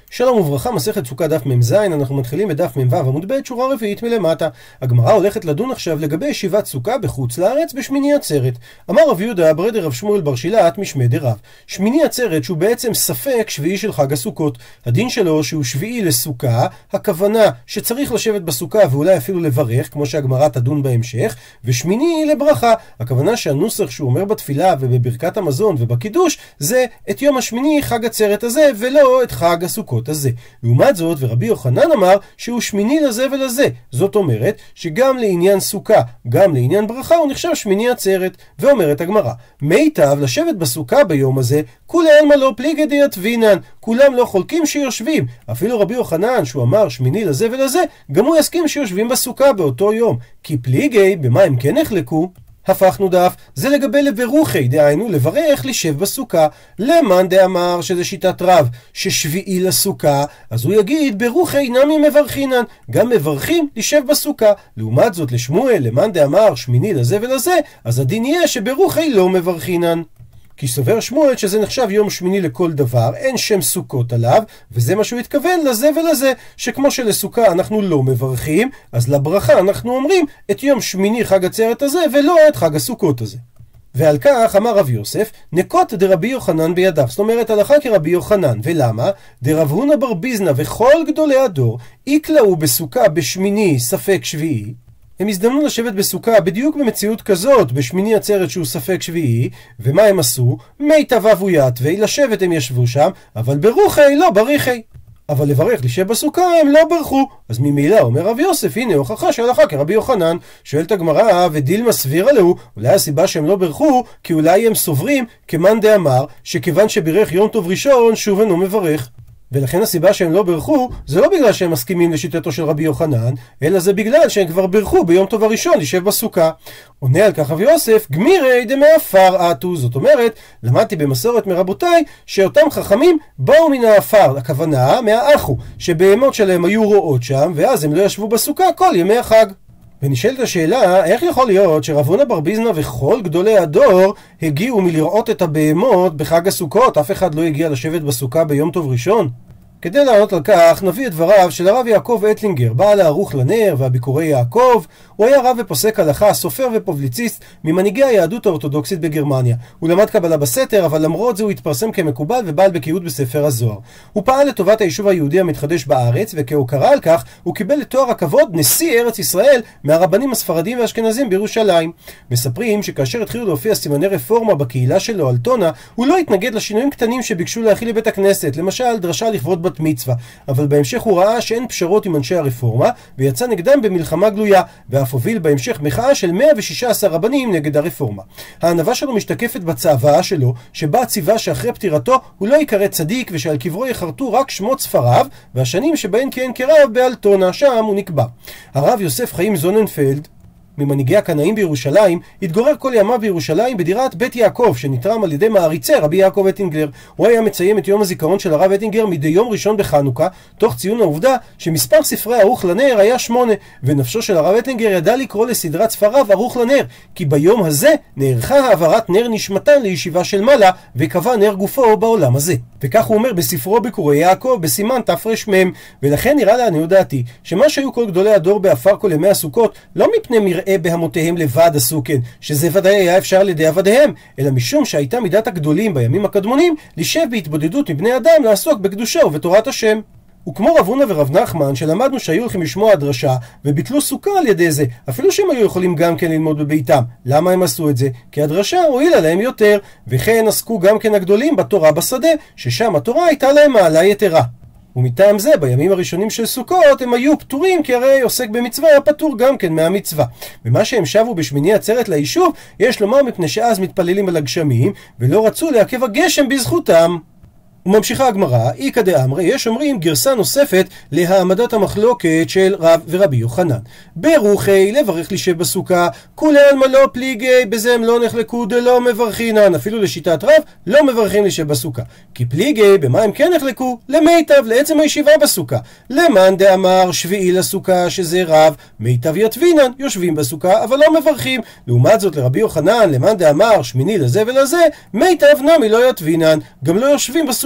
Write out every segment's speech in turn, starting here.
שלום וברכה, מסכת סוכה דף מ"ז, אנחנו מתחילים בדף מ"ו עמוד ב', שורה רביעית מלמטה. הגמרא הולכת לדון עכשיו לגבי ישיבת סוכה בחוץ לארץ בשמיני עצרת. אמר רב יהודה ברי דרב שמואל בר שילת משמי דרב. שמיני עצרת שהוא בעצם ספק שביעי של חג הסוכות. הדין שלו שהוא שביעי לסוכה, הכוונה שצריך לשבת בסוכה ואולי אפילו לברך, כמו שהגמרא תדון בהמשך, ושמיני לברכה. הכוונה שהנוסח שהוא אומר בתפילה ובברכת המזון ובקידוש זה את יום השמיני חג עצרת הזה ולא את חג הסוכות הזה. לעומת זאת, ורבי יוחנן אמר שהוא שמיני לזה ולזה. זאת אומרת שגם לעניין סוכה, גם לעניין ברכה הוא נחשב שמיני עצרת. ואומרת הגמרא, מיטב לשבת בסוכה ביום הזה, כולי עלמא לא פליגי דיתבינן, כולם לא חולקים שיושבים. אפילו רבי יוחנן שהוא אמר שמיני לזה ולזה, גם הוא יסכים שיושבים בסוכה באותו יום. כי פליגי, במה הם כן נחלקו? הפכנו דף, זה לגבי לברוכי, דהיינו לברך לשב בסוכה. למאן דאמר שזה שיטת רב ששביעי לסוכה, אז הוא יגיד ברוכי נמי מברכינן, גם מברכים לשב בסוכה. לעומת זאת לשמואל, למאן דאמר שמיני לזה ולזה, אז הדין יהיה שברוכי לא מברכינן. כי סובר שמואל שזה נחשב יום שמיני לכל דבר, אין שם סוכות עליו, וזה מה שהוא התכוון לזה ולזה, שכמו שלסוכה אנחנו לא מברכים, אז לברכה אנחנו אומרים את יום שמיני חג עצרת הזה ולא את חג הסוכות הזה. ועל כך אמר רב יוסף, נקות דרבי יוחנן בידיו, זאת אומרת הלכה כרבי יוחנן. ולמה? דרב הונא בר ביזנא וכל גדולי הדור יקלעו בסוכה בשמיני ספק שביעי, הם הזדמנו לשבת בסוכה בדיוק במציאות כזאת, בשמיני עצרת שהוא ספק שביעי, ומה הם עשו? מיטב אבו יתווי, לשבת הם ישבו שם, אבל ברוכי לא בריחי. אבל לברך לשב בסוכה הם לא ברכו. אז ממילא אומר רב יוסף, הנה הוכחה שהלכה כרבי יוחנן. שואלת הגמרא, ודילמה סבירה לו, אולי הסיבה שהם לא ברכו, כי אולי הם סוברים כמאן דאמר, שכיוון שבירך יום טוב ראשון, שוב אינו מברך. ולכן הסיבה שהם לא ברכו, זה לא בגלל שהם מסכימים לשיטתו של רבי יוחנן, אלא זה בגלל שהם כבר ברכו ביום טוב הראשון לשב בסוכה. עונה על כך רבי יוסף, גמירי דמאפר עטו, זאת אומרת, למדתי במסורת מרבותיי, שאותם חכמים באו מן האפר, הכוונה מהאחו, שבהמות שלהם היו רועות שם, ואז הם לא ישבו בסוכה כל ימי החג. ונשאלת השאלה, איך יכול להיות שרב הונא בר ביזנא וכל גדולי הדור הגיעו מלראות את הבהמות בחג הסוכות? אף אחד לא הגיע לשבת בסוכה ביום טוב ראשון? כדי לענות על כך נביא את דבריו של הרב יעקב אטלינגר, בעל הערוך לנר והביקורי יעקב. הוא היה רב ופוסק הלכה, סופר ופובליציסט ממנהיגי היהדות האורתודוקסית בגרמניה. הוא למד קבלה בסתר, אבל למרות זה הוא התפרסם כמקובל ובעל בקיאות בספר הזוהר. הוא פעל לטובת היישוב היהודי המתחדש בארץ, וכהוקרה על כך הוא קיבל את תואר הכבוד נשיא ארץ ישראל מהרבנים הספרדים והאשכנזים בירושלים. מספרים שכאשר התחילו להופיע סימני רפורמה בקהילה שלו אלטונה, הוא לא התנגד לשינויים קטנים שביקשו להכיל לבית הכנסת, למשל דרשה לכבוד בת מצווה, אבל בהמשך הוא ראה שאין פשרות עם אנשי הרפורמה ויצא נגדם במלחמה גלויה, ואף הוביל בהמשך מחאה של 116 רבנים נגד הרפורמה. הענווה שלו משתקפת בצוואה שלו, שבה ציווה שאחרי פטירתו הוא לא יקרא צדיק ושעל קברו יחרטו רק שמות ספריו והשנים שבהן כיהן כרב באלטונה, שם הוא נקבע. הרב יוסף חיים זוננפלד ממנהיגי הקנאים בירושלים התגורר כל ימיו בירושלים בדירת בית יעקב שנתרם על ידי מעריצי רבי יעקב אטינגר. הוא היה מציין את יום הזיכרון של הרב אטינגר מדי יום ראשון בחנוכה, תוך ציון העובדה שמספר ספרי ערוך לנר היה 8, ונפשו של הרב אטינגר ידע לקרוא לסדרת ספריו ערוך לנר, כי ביום הזה נערכה העברת נר נשמתן לישיבה של מעלה, וקבע נר גופו בעולם הזה. וכך הוא אומר בספרו ביקורי יעקב בסימן תרמ"ם. ולכן נראה לעניות דעתי שמה שהיו כל גדולי הדור באפר כל ימי הסוכות לא מפני מראה בהמותיהם לבד עשו כן, שזה ודאי היה אפשר על ידי עבדיהם, אלא משום שהייתה מידת הגדולים בימים הקדמונים לשב בהתבודדות מבני אדם לעסוק בקדושה ובתורת השם. וכמו רב הונא ורב נחמן שלמדנו שהיו הולכים לשמוע הדרשה וביטלו סוכה על ידי זה, אפילו שהם היו יכולים גם כן ללמוד בביתם. למה הם עשו את זה? כי הדרשה הועילה להם יותר, וכן עסקו גם כן הגדולים בתורה בשדה, ששם התורה הייתה להם מעלה יתרה. ומטעם זה בימים הראשונים של סוכות הם היו פטורים, כי הרי עוסק במצווה היה פטור גם כן מהמצווה. ומה שהם שבו בשמיני עצרת ליישוב יש לומר מפני שאז מתפללים על הגשמים ולא רצו לעכב הגשם בזכותם. וממשיכה הגמרא, איקא דאמרי, יש אומרים גרסה נוספת להעמדת המחלוקת של רב ורבי יוחנן. ברוכי, לברך לשב בסוכה, כולי עלמא לא פליגי, בזה הם לא נחלקו דלא מברכינן, אפילו לשיטת רב לא מברכים לשב בסוכה. כי פליגי, במה הם כן נחלקו? למיטב, לעצם הישיבה בסוכה. למאן דאמר שביעי לסוכה, שזה רב, מיטב יתבינן, יושבים בסוכה אבל לא מברכים. לעומת זאת לרבי יוחנן, למאן דאמר שמיני לזה ולזה, מיטב נמי לא יתבינן, גם לא יושבים בסוכה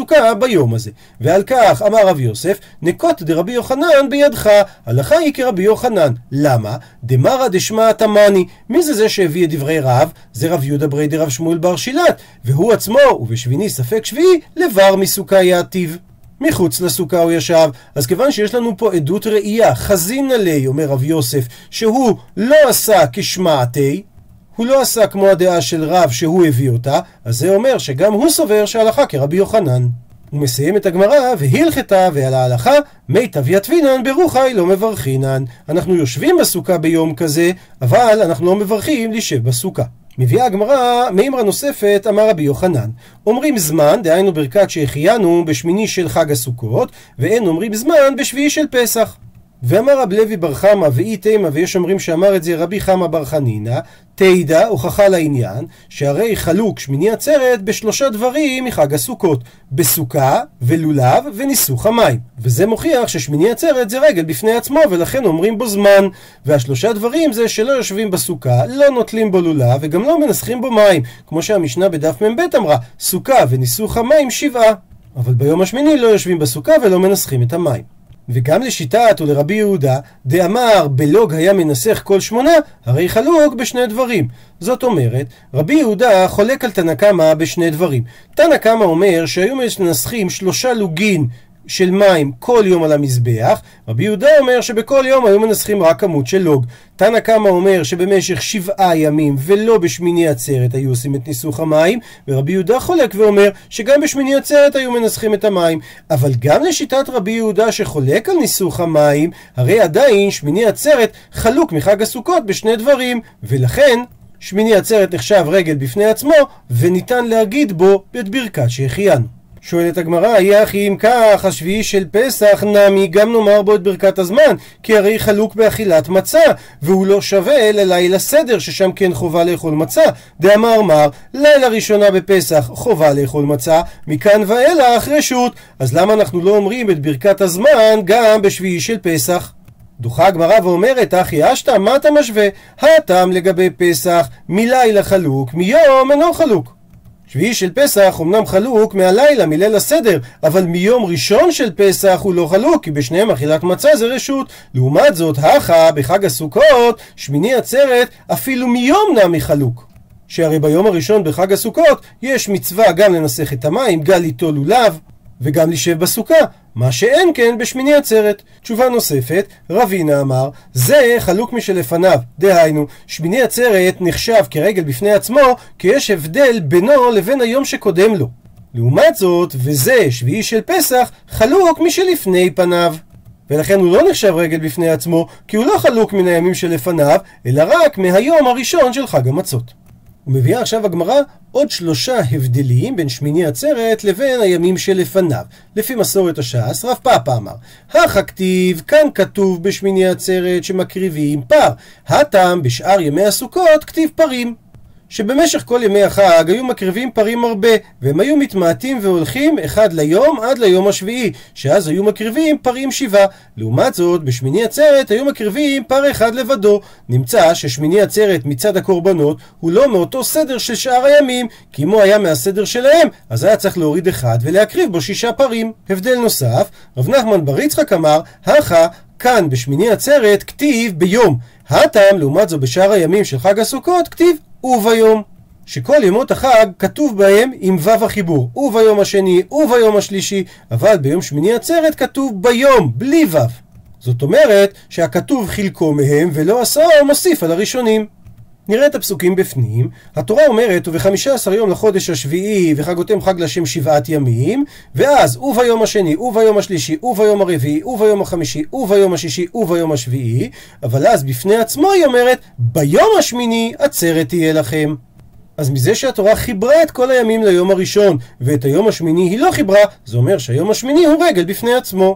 בסוכה ביום הזה. ועל כך אמר רב יוסף, נקות דרבי יוחנן בידך, הלכה היא כרבי יוחנן. למה? דמרא דשמע תמני. מי זה שהביא את דברי רב? זה רב יהודה בריידר רב שמואל בר שילת, והוא עצמו, ובשביני ספק שביעי, לבר מסוכה יעתיב. מחוץ לסוכה הוא ישב. אז כיוון שיש לנו פה עדות ראייה, חזין עלי, אומר רב יוסף, שהוא לא עשה כשמעתי, הוא לא עשה כמו הדעה של רב שהוא הביא אותה, אז זה אומר שגם הוא סובר שההלכה כרבי יוחנן. הוא מסיים את הגמרא, והלכתה, ועל ההלכה, מיטב יתבינן ברוחי לא מברכינן. אנחנו יושבים בסוכה ביום כזה, אבל אנחנו לא מברכים לשב בסוכה. מביאה הגמרא מימרה נוספת, אמר רבי יוחנן, אומרים זמן, דהיינו ברכת שהחיינו בשמיני של חג הסוכות, ואין אומרים זמן בשביעי של פסח. ואמר רב לוי בר חמא ואי תימא, ויש אומרים שאמר את זה רבי חמא בר חנינא, תידא הוכחה לעניין, שהרי חלוק שמיני עצרת בשלושה דברים מחג הסוכות, בסוכה ולולב וניסוך המים. וזה מוכיח ששמיני עצרת זה רגל בפני עצמו, ולכן אומרים בו זמן. והשלושה דברים זה שלא יושבים בסוכה, לא נוטלים בו לולב, וגם לא מנסחים בו מים, כמו שהמשנה בדף מ"ב אמרה, סוכה וניסוך המים 7. אבל ביום השמיני לא יושבים בסוכה ולא מנסחים את המים. וגם לשיטת ולרבי יהודה, דאמר בלוג היה מנסח כל 8, הרי חלוק בשני דברים. זאת אומרת, רבי יהודה חולק על תנא קמא בשני דברים. תנא קמא אומר שהיום יש מנסחים 3 לוגין של מים כל יום על המזבח, רבי יהודה אומר שבכל יום היו מנסחים רק כמות של לוג. תנא קמא אומר שבמשך 7 ימים ולא בשמיני עצרת היו עושים את ניסוך המים, ורבי יהודה חולק ואומר שגם בשמיני עצרת היו מנסחים את המים. אבל גם לשיטת רבי יהודה שחולק על ניסוך המים, הרי עדיין שמיני עצרת חלוק מחג הסוכות בשני דברים, ולכן שמיני עצרת נחשב רגל בפני עצמו וניתן להגיד בו את ברכת שהחיינו. שואלת הגמרא, יחי אם כך השביעי של פסח נמי גם נאמר בו את ברכת הזמן, כי הרי חלוק באכילת מצה, והוא לא שווה לליל הסדר ששם כן חובה לאכול מצה. דאמר מר, לילה ראשונה בפסח חובה לאכול מצה, מכאן ואילך רשות. אז למה אנחנו לא אומרים את ברכת הזמן גם בשביעי של פסח? דוחה הגמרא ואומרת, אחי אשתא, מה אתה משווה? הטעם לגבי פסח, מלילה חלוק, מיום אינו חלוק. שביעי של פסח אמנם חלוק מהלילה, מליל הסדר, אבל מיום ראשון של פסח הוא לא חלוק, כי בשניהם אכילת מצה זה רשות. לעומת זאת, הכה בחג הסוכות, שמיני עצרת, אפילו מיום נמי חלוק. שהרי ביום הראשון בחג הסוכות יש מצווה גם לנסח את המים, גם ליטול לולב, וגם לשב בסוכה, מה שאין כן בשמיני עצרת. תשובה נוספת, רבינה אמר, זה חלוק משלפניו, דהיינו, שמיני עצרת נחשב כרגל בפני עצמו, כי יש הבדל בינו לבין היום שקודם לו. לעומת זאת, וזה שביעי של פסח, חלוק משלפני פניו. ולכן הוא לא נחשב רגל בפני עצמו, כי הוא לא חלוק מן הימים שלפניו, אלא רק מהיום הראשון של חג המצות. ומביאה עכשיו הגמרא עוד 3 הבדלים בין שמיני עצרת לבין הימים שלפניו. לפי מסורת הש"ס, רב פאפא אמר, הכתיב, כאן כתוב בשמיני עצרת שמקריבים פר, הטעם בשאר ימי הסוכות כתיב פרים. שבמשך כל ימי החג היו מקריבים פרים הרבה, והם היו מתמעטים והולכים אחד ליום עד ליום השביעי, שאז היו מקריבים פרים 7. לעומת זאת, בשמיני עצרת היו מקריבים פר אחד לבדו. נמצא ששמיני עצרת מצד הקורבנות הוא לא מאותו סדר של שאר הימים, כי אם הוא היה מהסדר שלהם, אז היה צריך להוריד אחד ולהקריב בו 6 פרים. הבדל נוסף, רב נחמן בר יצחק אמר, הכה כאן בשמיני עצרת כתיב ביום, הטעם לעומת זאת בשאר הימים של חג הסוכות כתיב וביום, שכל ימות החג כתוב בהם עם וו החיבור, וביום השני וביום השלישי, אבל ביום שמיני עצרת כתוב ביום בלי וו. זאת אומרת שהכתוב חלקו מהם ולא עשרה מוסיף על הראשונים. נראה את הפסוקים בפנים. התורה אומרת, וב-15 יום לחודש השביעי וחגותם חג לשם 7 ימים, ואז וביום השני וביום השלישי וביום הרביעי וביום החמישי וביום השישי וביום השביעי, אבל אז בפני עצמו היא אומרת, ביום השמיני עצרת תהיה לכם. אז מזה שהתורה חיברה את כל הימים ליום הראשון ואת היום השמיני היא לא חיברה, זה אומר שהיום השמיני הוא רגל בפני עצמו.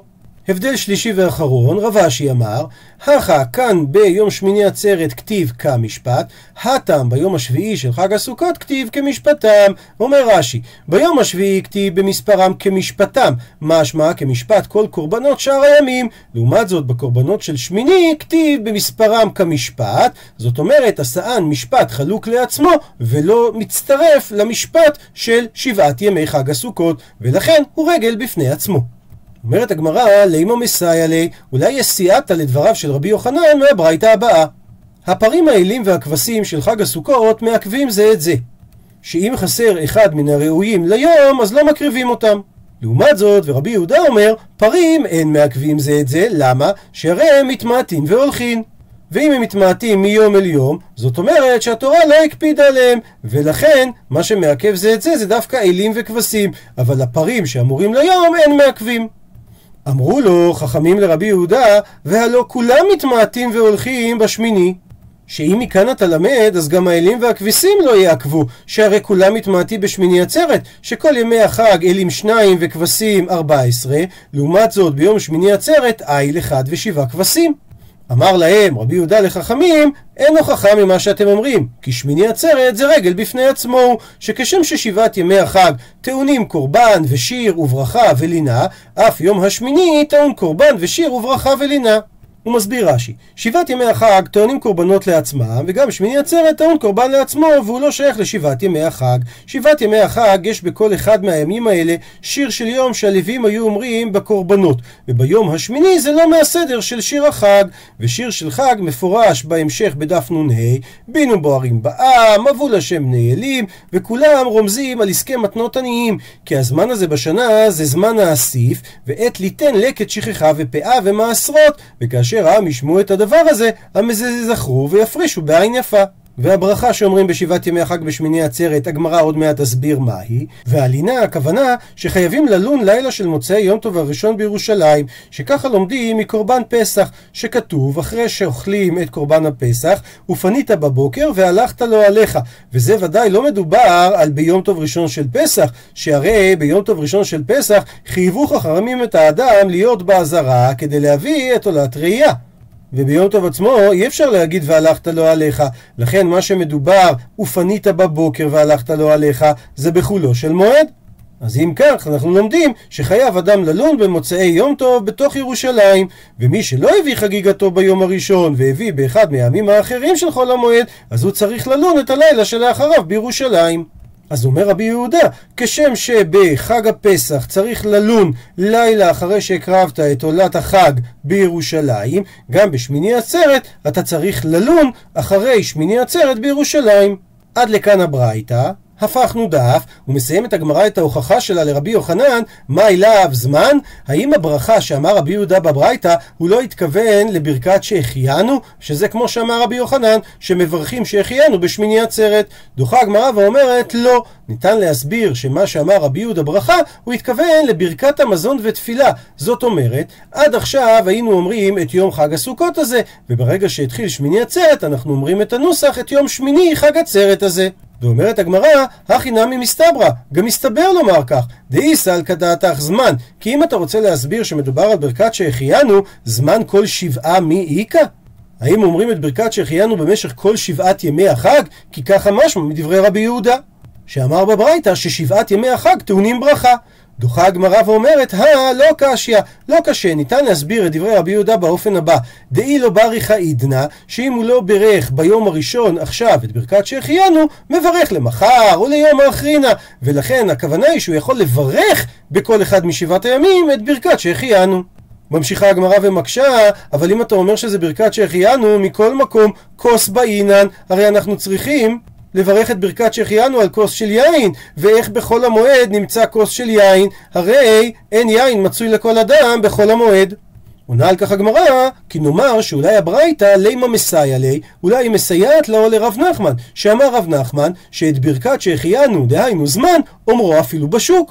הבדל שלישי ואחרון, רב אשי אמר, הכה כאן ביום שמיני עצרת כתיב כמשפט, התם ביום השביעי של חג הסוכות כתיב כמשפטם. אומר רש"י, ביום השביעי כתיב במספרם כמשפטם, משמע כמשפט כל קורבנות שאר הימים. לעומת זאת בקורבנות של שמיני כתיב במספרם כמשפט, זאת אומרת עשאן משפט חלוק לעצמו ולא מצטרף למשפט של 7 ימי חג הסוכות, ולכן הוא רגל בפני עצמו. אומרת הגמרא, לימה מסייע לי, אולי יש סייעתא לדבריו של רבי יוחנן מהברייתא הבאה. הפרים האלים והכבשים של חג הסוכות מעכבים זה את זה, שאם חסר אחד מן הראויים ליום אז לא מקריבים אותם. לעומת זאת, ורבי יהודה אומר, פרים אין מעכבים זה את זה, למה? שהרי הם מתמעטים והולכים. ואם הם מתמעטים מיום אל יום, זאת אומרת שהתורה לא הקפידה עליהם, ולכן מה שמעכב זה את זה דווקא אלים וכבשים, אבל הפרים שאמורים ליום אין מעכבים. אמרו לו חכמים לרבי יהודה, והלא כולם מתמעטים והולכים בשמיני, שאם מכאן אתה למד אז גם האלים והכבשים לא יעכבו, שהרי כולם מתמעטים בשמיני עצרת, שכל ימי החג אלים 2 וכבשים 14, לעומת זאת ביום שמיני עצרת איל 1 ו7 כבשים. אמר להם רבי יהודה לחכמים, אין הוכחה ממה שאתם אומרים, כי שמיני עצרת זה רגל בפני עצמו, שכשם ששבעת ימי החג טעונים קורבן ושיר וברכה ולינה, אף יום השמיני טעון קורבן ושיר וברכה ולינה. הוא מסביר רש"י, 7 ימי החג טעונים קורבנות לעצמם, וגם שמיני עצרת טעון קורבן לעצמו, והוא לא שייך ל7 ימי החג. 7 ימי החג יש בכל אחד מהימים האלה שיר של יום שהלווים היו אומרים בקורבנות, וביום השמיני זה לא מהסדר של שיר החג, ושיר של חג מפורש בהמשך בדף נ"ה, בינו בוערים בעם, מבול השם בני אלים, וכולם רומזים על עסקי מתנות עניים, כי הזמן הזה בשנה זה זמן האסיף, ועת ליתן לקט שכחה ופאה ומעשרות, וכאשר העם ישמעו את הדבר הזה, המזה זכרו ויפרישו בעין יפה. והברכה שאומרים בשבעת ימי החג בשמיני עצרת, הגמרא עוד מעט תסביר מהי. והלינה, הכוונה שחייבים ללון לילה של מוצאי יום טוב הראשון בירושלים, שככה לומדים מקורבן פסח, שכתוב אחרי שאוכלים את קורבן הפסח, ופנית בבוקר והלכת לו עליך. וזה ודאי לא מדובר על ביום טוב ראשון של פסח, שהרי ביום טוב ראשון של פסח חייבו חכמים את האדם להיות בעזרה כדי להביא את עולת ראייה. וביום טוב עצמו אי אפשר להגיד והלכת לו עליך, לכן מה שמדובר ופנית בבוקר והלכת לו עליך זה בחולו של מועד. אז אם כך אנחנו לומדים שחייב אדם ללון במוצאי יום טוב בתוך ירושלים, ומי שלא הביא חגיגתו ביום הראשון והביא באחד מהימים האחרים של חול המועד, אז הוא צריך ללון את הלילה שלאחריו בירושלים. אז אומר רבי יהודה, כשם שבחג הפסח צריך ללון לילה אחרי שהקרבת את עולת החג בירושלים, גם בשמיני עצרת אתה צריך ללון אחרי שמיני עצרת בירושלים. עד לכאן הברייתא. הפכנו דף, ומסיים את הגמרא את ההוכחה שלה לרבי יוחנן, מה אליו זמן? האם הברכה שאמר רבי יהודה בברייתא הוא לא התכוון לברכת שהחיינו, שזה כמו שאמר רבי יוחנן שמברכים שהחיינו בשמיני עצרת? דוחה הגמרא ואומרת לא, ניתן להסביר שמה שאמר רבי יהודה ברכה הוא התכוון לברכת המזון ותפילה. זאת אומרת, עד עכשיו היינו אומרים את יום חג הסוכות הזה, וברגע שהתחיל שמיני עצרת אנחנו אומרים את הנוסח את יום שמיני חג עצרת הזה. ואומרת הגמרא, הכי נמי מסתברא, גם מסתבר לומר כך, דאיסא על כדעתך זמן, כי אם אתה רוצה להסביר שמדובר על ברכת שהחיינו, זמן כל 7 מי איקא? האם אומרים את ברכת שהחיינו במשך כל 7 ימי החג? כי ככה משמע מדברי רבי יהודה, שאמר בברייתא ש7 ימי החג טעונים ברכה. דוחה הגמרא ואומרת, לא קשיא, לא קשה, ניתן להסביר את דברי רבי יהודה באופן הבא, דאי לא בריך עידנא, שאם הוא לא ברך ביום הראשון עכשיו את ברכת שהחיינו, מברך למחר או ליום האחרינה, ולכן הכוונה היא שהוא יכול לברך בכל אחד מ7 הימים את ברכת שהחיינו. ממשיכה הגמרא ומקשה, אבל אם אתה אומר שזה ברכת שהחיינו, מכל מקום כוס באינן, הרי אנחנו צריכים לברך את ברכת שהחיינו על כוס של יין, ואיך בכל המועד נמצא כוס של יין? הרי אין יין מצוי לכל אדם בכל המועד. עונה על כך הגמרא, כי נאמר שאולי הברייתא לימה מסייע לי, אולי היא מסייעת לו לרב נחמן, שאמר רב נחמן שאת ברכת שהחיינו, דהיינו זמן, אומרו אפילו בשוק.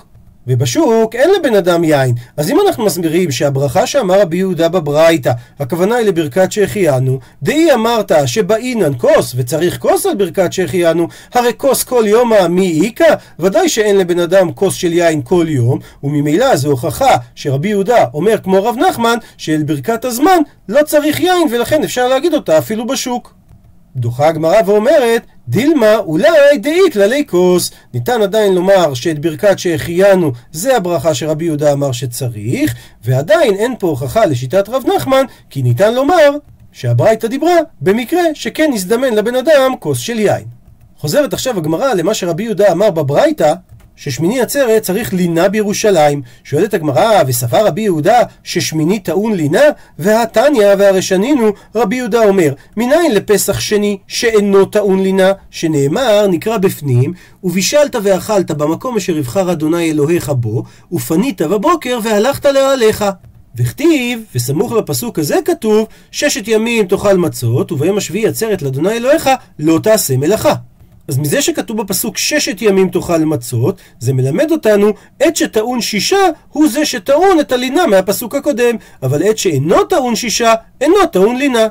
ובשוק אין לבן אדם יין. אז אם אנחנו מסבירים שהברכה שאמר רבי יהודה בברייתא, הכוונה היא לברכת שהחיינו, דאי אמרת שבאינן כוס וצריך כוס על ברכת שהחיינו, הרי כוס כל יומא מי איקא? ודאי שאין לבן אדם כוס של יין כל יום, וממילא זו הוכחה שרבי יהודה אומר כמו רב נחמן שאל ברכת הזמן לא צריך יין, ולכן אפשר להגיד אותה אפילו בשוק. דוחה הגמרא ואומרת, דילמה אולי דאי כללי כוס. ניתן עדיין לומר שאת ברכת שהחיינו זה הברכה שרבי יהודה אמר שצריך, ועדיין אין פה הוכחה לשיטת רב נחמן, כי ניתן לומר שהברייתא דיברה במקרה שכן הזדמן לבן אדם כוס של יין. חוזרת עכשיו הגמרא למה שרבי יהודה אמר בברייתא, ששמיני עצרת צריך לינה בירושלים. שואלת הגמרא, וסבר רבי יהודה ששמיני טעון לינה? והתניא והרשנינו, רבי יהודה אומר, מניין לפסח שני שאינו טעון לינה? שנאמר, נקרא בפנים, ובישלת ואכלת במקום אשר יבחר אדוני אלוהיך בו, ופנית בבוקר והלכת לאוהליך. וכתיב, וסמוך לפסוק הזה כתוב, 6 ימים תאכל מצות, וביום השביעי עצרת לאדוני אלוהיך לא תעשה מלאכה. אז מזה שכתוב בפסוק 6 ימים תאכל מצות, זה מלמד אותנו עת שטעון 6 הוא זה שטעון את הלינה מהפסוק הקודם, אבל עת שאינו טעון 6 אינו טעון לינה.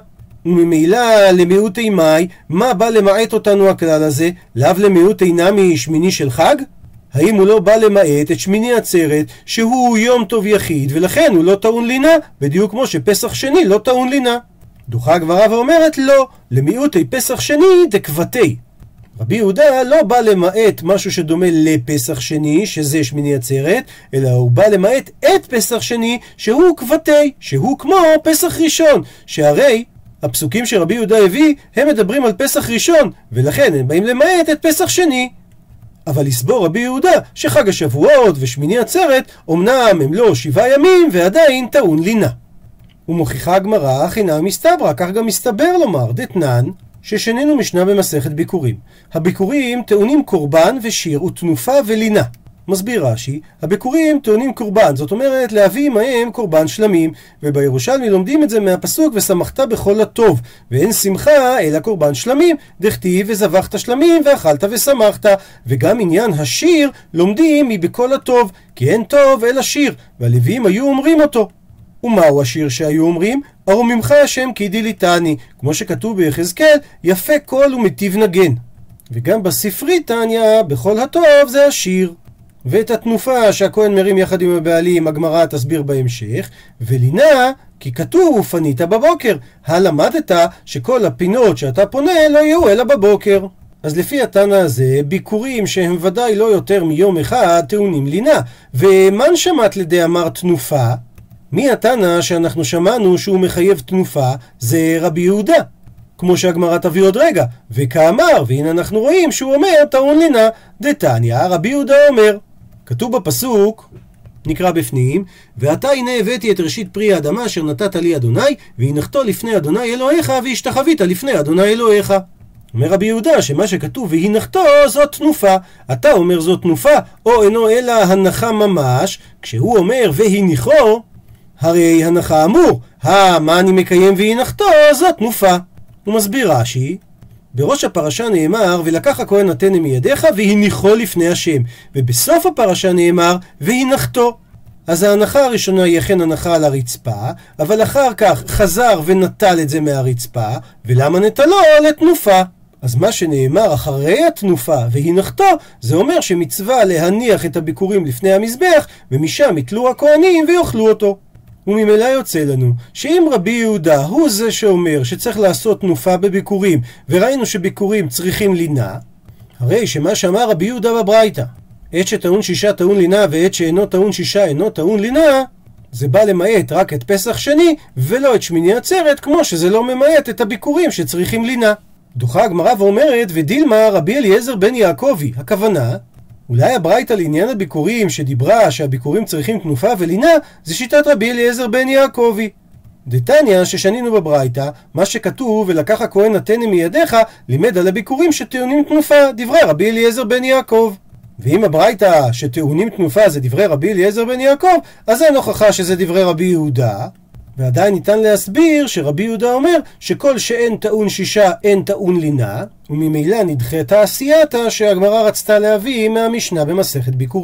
וממילא למיעוטי מאי, מה בא למעט אותנו הכלל הזה? לאו למיעוטי נמי שמיני של חג? האם הוא לא בא למעט את שמיני עצרת שהוא יום טוב יחיד ולכן הוא לא טעון לינה, בדיוק כמו שפסח שני לא טעון לינה? דוחה הגמרא ואומרת לא, למיעוטי פסח שני דקבתי. רבי יהודה לא בא למעט משהו שדומה לפסח שני, שזה שמיני עצרת, אלא הוא בא למעט את פסח שני, שהוא קבתי, שהוא כמו פסח ראשון, שהרי הפסוקים שרבי יהודה הביא, הם מדברים על פסח ראשון, ולכן הם באים למעט את פסח שני. אבל לסבור רבי יהודה שחג השבועות ושמיני עצרת, אמנם הם לא 7 ימים ועדיין טעון לינה. ומוכיחה הגמרא, חינם מסתברא, כך גם מסתבר לומר, דתנן, ששנינו משנה במסכת ביקורים. הביקורים טעונים קורבן ושיר ותנופה ולינה. מסביר רש"י, הביקורים טעונים קורבן, זאת אומרת להביא מהם קורבן שלמים, ובירושלמי לומדים את זה מהפסוק ושמחת בכל הטוב, ואין שמחה אלא קורבן שלמים, דכתיב וזבחת שלמים ואכלת ושמחת. וגם עניין השיר לומדים מבכל הטוב, כי אין טוב אלא שיר, והלוויים היו אומרים אותו. ומהו השיר שהיו אומרים? ארוממך השם כי דיליתני, כמו שכתוב ביחזקאל, יפה קול ומטיב נגן. וגם בספרי תניא, בכל הטוב זה השיר. ואת התנופה שהכהן מרים יחד עם הבעלים, הגמרא תסביר בהמשך. ולינה, כי כתוב ופנית בבוקר, הלמדת שכל הפינות שאתה פונה לא יהיו אלא בבוקר. אז לפי התנא הזה, ביקורים שהם ודאי לא יותר מיום אחד טעונים לינה. ומן שמעת לדאמר תנופה? מי התנא שאנחנו שמענו שהוא מחייב תנופה? זה רבי יהודה, כמו שהגמרא תביא עוד רגע. וכאמר, והנה אנחנו רואים שהוא אומר טעון לינה. דתניא רבי יהודה אומר, כתוב בפסוק, נקרא בפנים, ואתה הנה הבאתי את ראשית פרי האדמה אשר נתת לי אדוני, והנחתו לפני אדוני אלוהיך והשתחווית לפני אדוני אלוהיך. אומר רבי יהודה שמה שכתוב והנחתו זאת תנופה. אתה אומר זאת תנופה, או אינו אלא הנחה ממש. כשהוא אומר והניחו, הרי הנחה אמור, מה אני מקיים והנחתו זאת תנופה. הוא מסביר רש"י, בראש הפרשה נאמר ולקח הכהן נתנה מידיך והניחו לפני השם, ובסוף הפרשה נאמר והנחתו. אז ההנחה הראשונה היא אכן הנחה על הרצפה, אבל אחר כך חזר ונטל את זה מהרצפה. ולמה נטלו? לתנופה. אז מה שנאמר אחרי התנופה והנחתו, זה אומר שמצווה להניח את הביקורים לפני המזבח, ומשם יתלו הכהנים ויאכלו אותו. וממילא יוצא לנו שאם רבי יהודה הוא זה שאומר שצריך לעשות תנופה בביקורים, וראינו שביקורים צריכים לינה, הרי שמה שאמר רבי יהודה בברייתא, עת שטעון 6 טעון לינה ועת שאינו טעון 6 אינו טעון לינה, זה בא למעט רק את פסח שני ולא את שמיני עצרת, כמו שזה לא ממעט את הביקורים שצריכים לינה. דוחה הגמרא ואומרת, ודילמה רבי אליעזר בן יעקבי, הכוונה אולי הברייתא לעניין הביקורים שדיברה שהביקורים צריכים תנופה ולינה, זה שיטת רבי אליעזר בן יעקבי. דתניא ששנינו בברייתא, מה שכתוב ולקח הכהן נתנה מידיך, לימד על הביקורים שטעונים תנופה, דברי רבי אליעזר בן יעקב. ואם הברייתא שטעונים תנופה זה דברי רבי אליעזר בן יעקב, אז אין הוכחה שזה דברי רבי יהודה. ועדיין ניתן להסביר שרבי יהודה אומר שכל שאין טעון 6 אין טעון לינה, וממילא נדחה את העשייתא שהגמרא רצתה להביא מהמשנה במסכת ביקורים.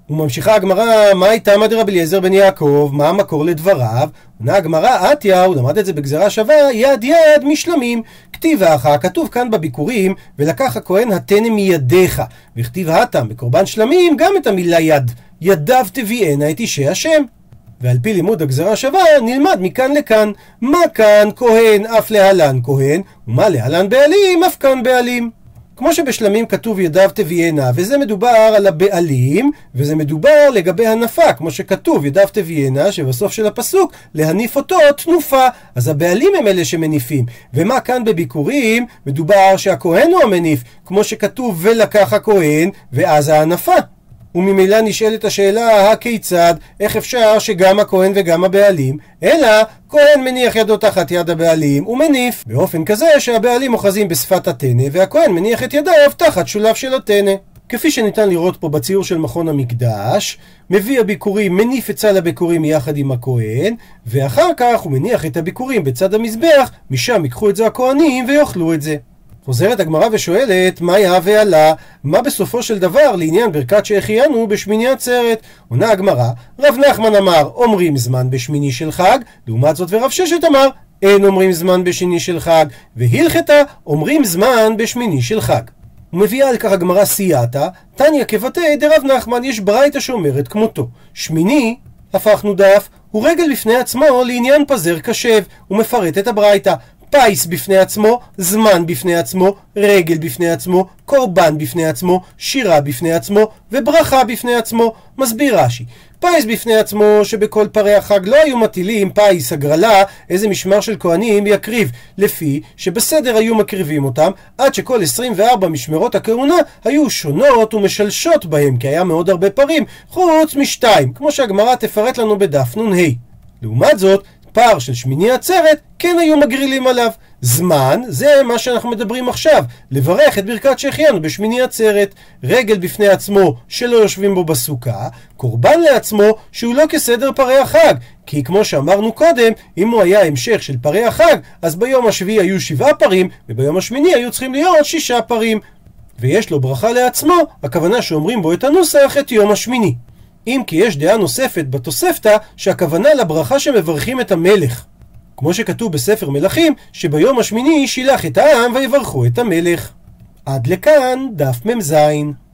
וממשיכה הגמרא, מה הייתה דרבי אליעזר בן יעקב, מה המקור לדבריו? עונה הגמרא, עטיה, הוא למד את זה בגזרה שווה, יד יד משלמים. כתיב האחה, כתוב כאן בביקורים, ולקח הכהן התנא מידיך. וכתיב התם, בקורבן שלמים, גם את המילה יד. ידיו תביאנה את אישי השם. ועל פי לימוד הגזרה שווה, נלמד מכאן לכאן. מה כאן כהן אף להלן כהן, ומה להלן בעלים אף כאן בעלים. כמו שבשלמים כתוב ידיו תביאנה, וזה מדובר על הבעלים, וזה מדובר לגבי הנפה, כמו שכתוב ידיו תביאנה, שבסוף של הפסוק להניף אותו תנופה, אז הבעלים הם אלה שמניפים. ומה כאן בביקורים? מדובר שהכהן הוא המניף, כמו שכתוב ולקח הכהן, ואז ההנפה. וממילא נשאלת השאלה, הכיצד, איך אפשר שגם הכהן וגם הבעלים, אלא כהן מניח ידו תחת יד הבעלים ומניף, באופן כזה שהבעלים אוחזים בשפת התנא, והכהן מניח את ידיו תחת שולף של התנא. כפי שניתן לראות פה בציור של מכון המקדש, מביא הביקורים, מניף את סל הביקורים יחד עם הכהן, ואחר כך הוא מניח את הביקורים בצד המזבח, משם ייקחו את זה הכהנים ויאכלו את זה. חוזרת הגמרא ושואלת, מה היה ועלה? מה בסופו של דבר לעניין ברכת שהחיינו בשמיני עצרת? עונה הגמרא, רב נחמן אמר, אומרים זמן בשמיני של חג, לעומת זאת ורב ששת אמר, אין אומרים זמן בשני של חג, והלכתה, אומרים זמן בשמיני של חג. ומביאה על כך הגמרא סייעתא, תניא כבתי דרב נחמן, יש ברייתא שאומרת כמותו. שמיני, הפכנו דף, הוא רגל בפני עצמו לעניין פזר קשב, הוא מפרט את הברייתא. פייס בפני עצמו, זמן בפני עצמו, רגל בפני עצמו, קורבן בפני עצמו, שירה בפני עצמו, וברכה בפני עצמו. מסביר רש"י, פייס בפני עצמו שבכל פרי החג לא היו מטילים פייס הגרלה, איזה משמר של כהנים יקריב, לפי שבסדר היו מקריבים אותם, עד שכל 24 משמרות הכהונה היו שונות ומשלשות בהם, כי היה מאוד הרבה פרים, חוץ משתיים, כמו שהגמרא תפרט לנו בדף נ"ה. לעומת זאת, פר של שמיני עצרת כן היו מגרילים עליו. זמן זה מה שאנחנו מדברים עכשיו, לברך את ברכת שהחיינו בשמיני עצרת. רגל בפני עצמו שלא יושבים בו בסוכה, קורבן לעצמו שהוא לא כסדר פרי החג, כי כמו שאמרנו קודם, אם הוא היה המשך של פרי החג, אז ביום השביעי היו 7 פרים, וביום השמיני היו צריכים להיות 6 פרים. ויש לו ברכה לעצמו, הכוונה שאומרים בו את הנוסח את יום השמיני. אם כי יש דעה נוספת בתוספתא שהכוונה לברכה שמברכים את המלך, כמו שכתוב בספר מלכים, שביום השמיני שילח את העם ויברכו את המלך. עד לכאן דף מ"ז.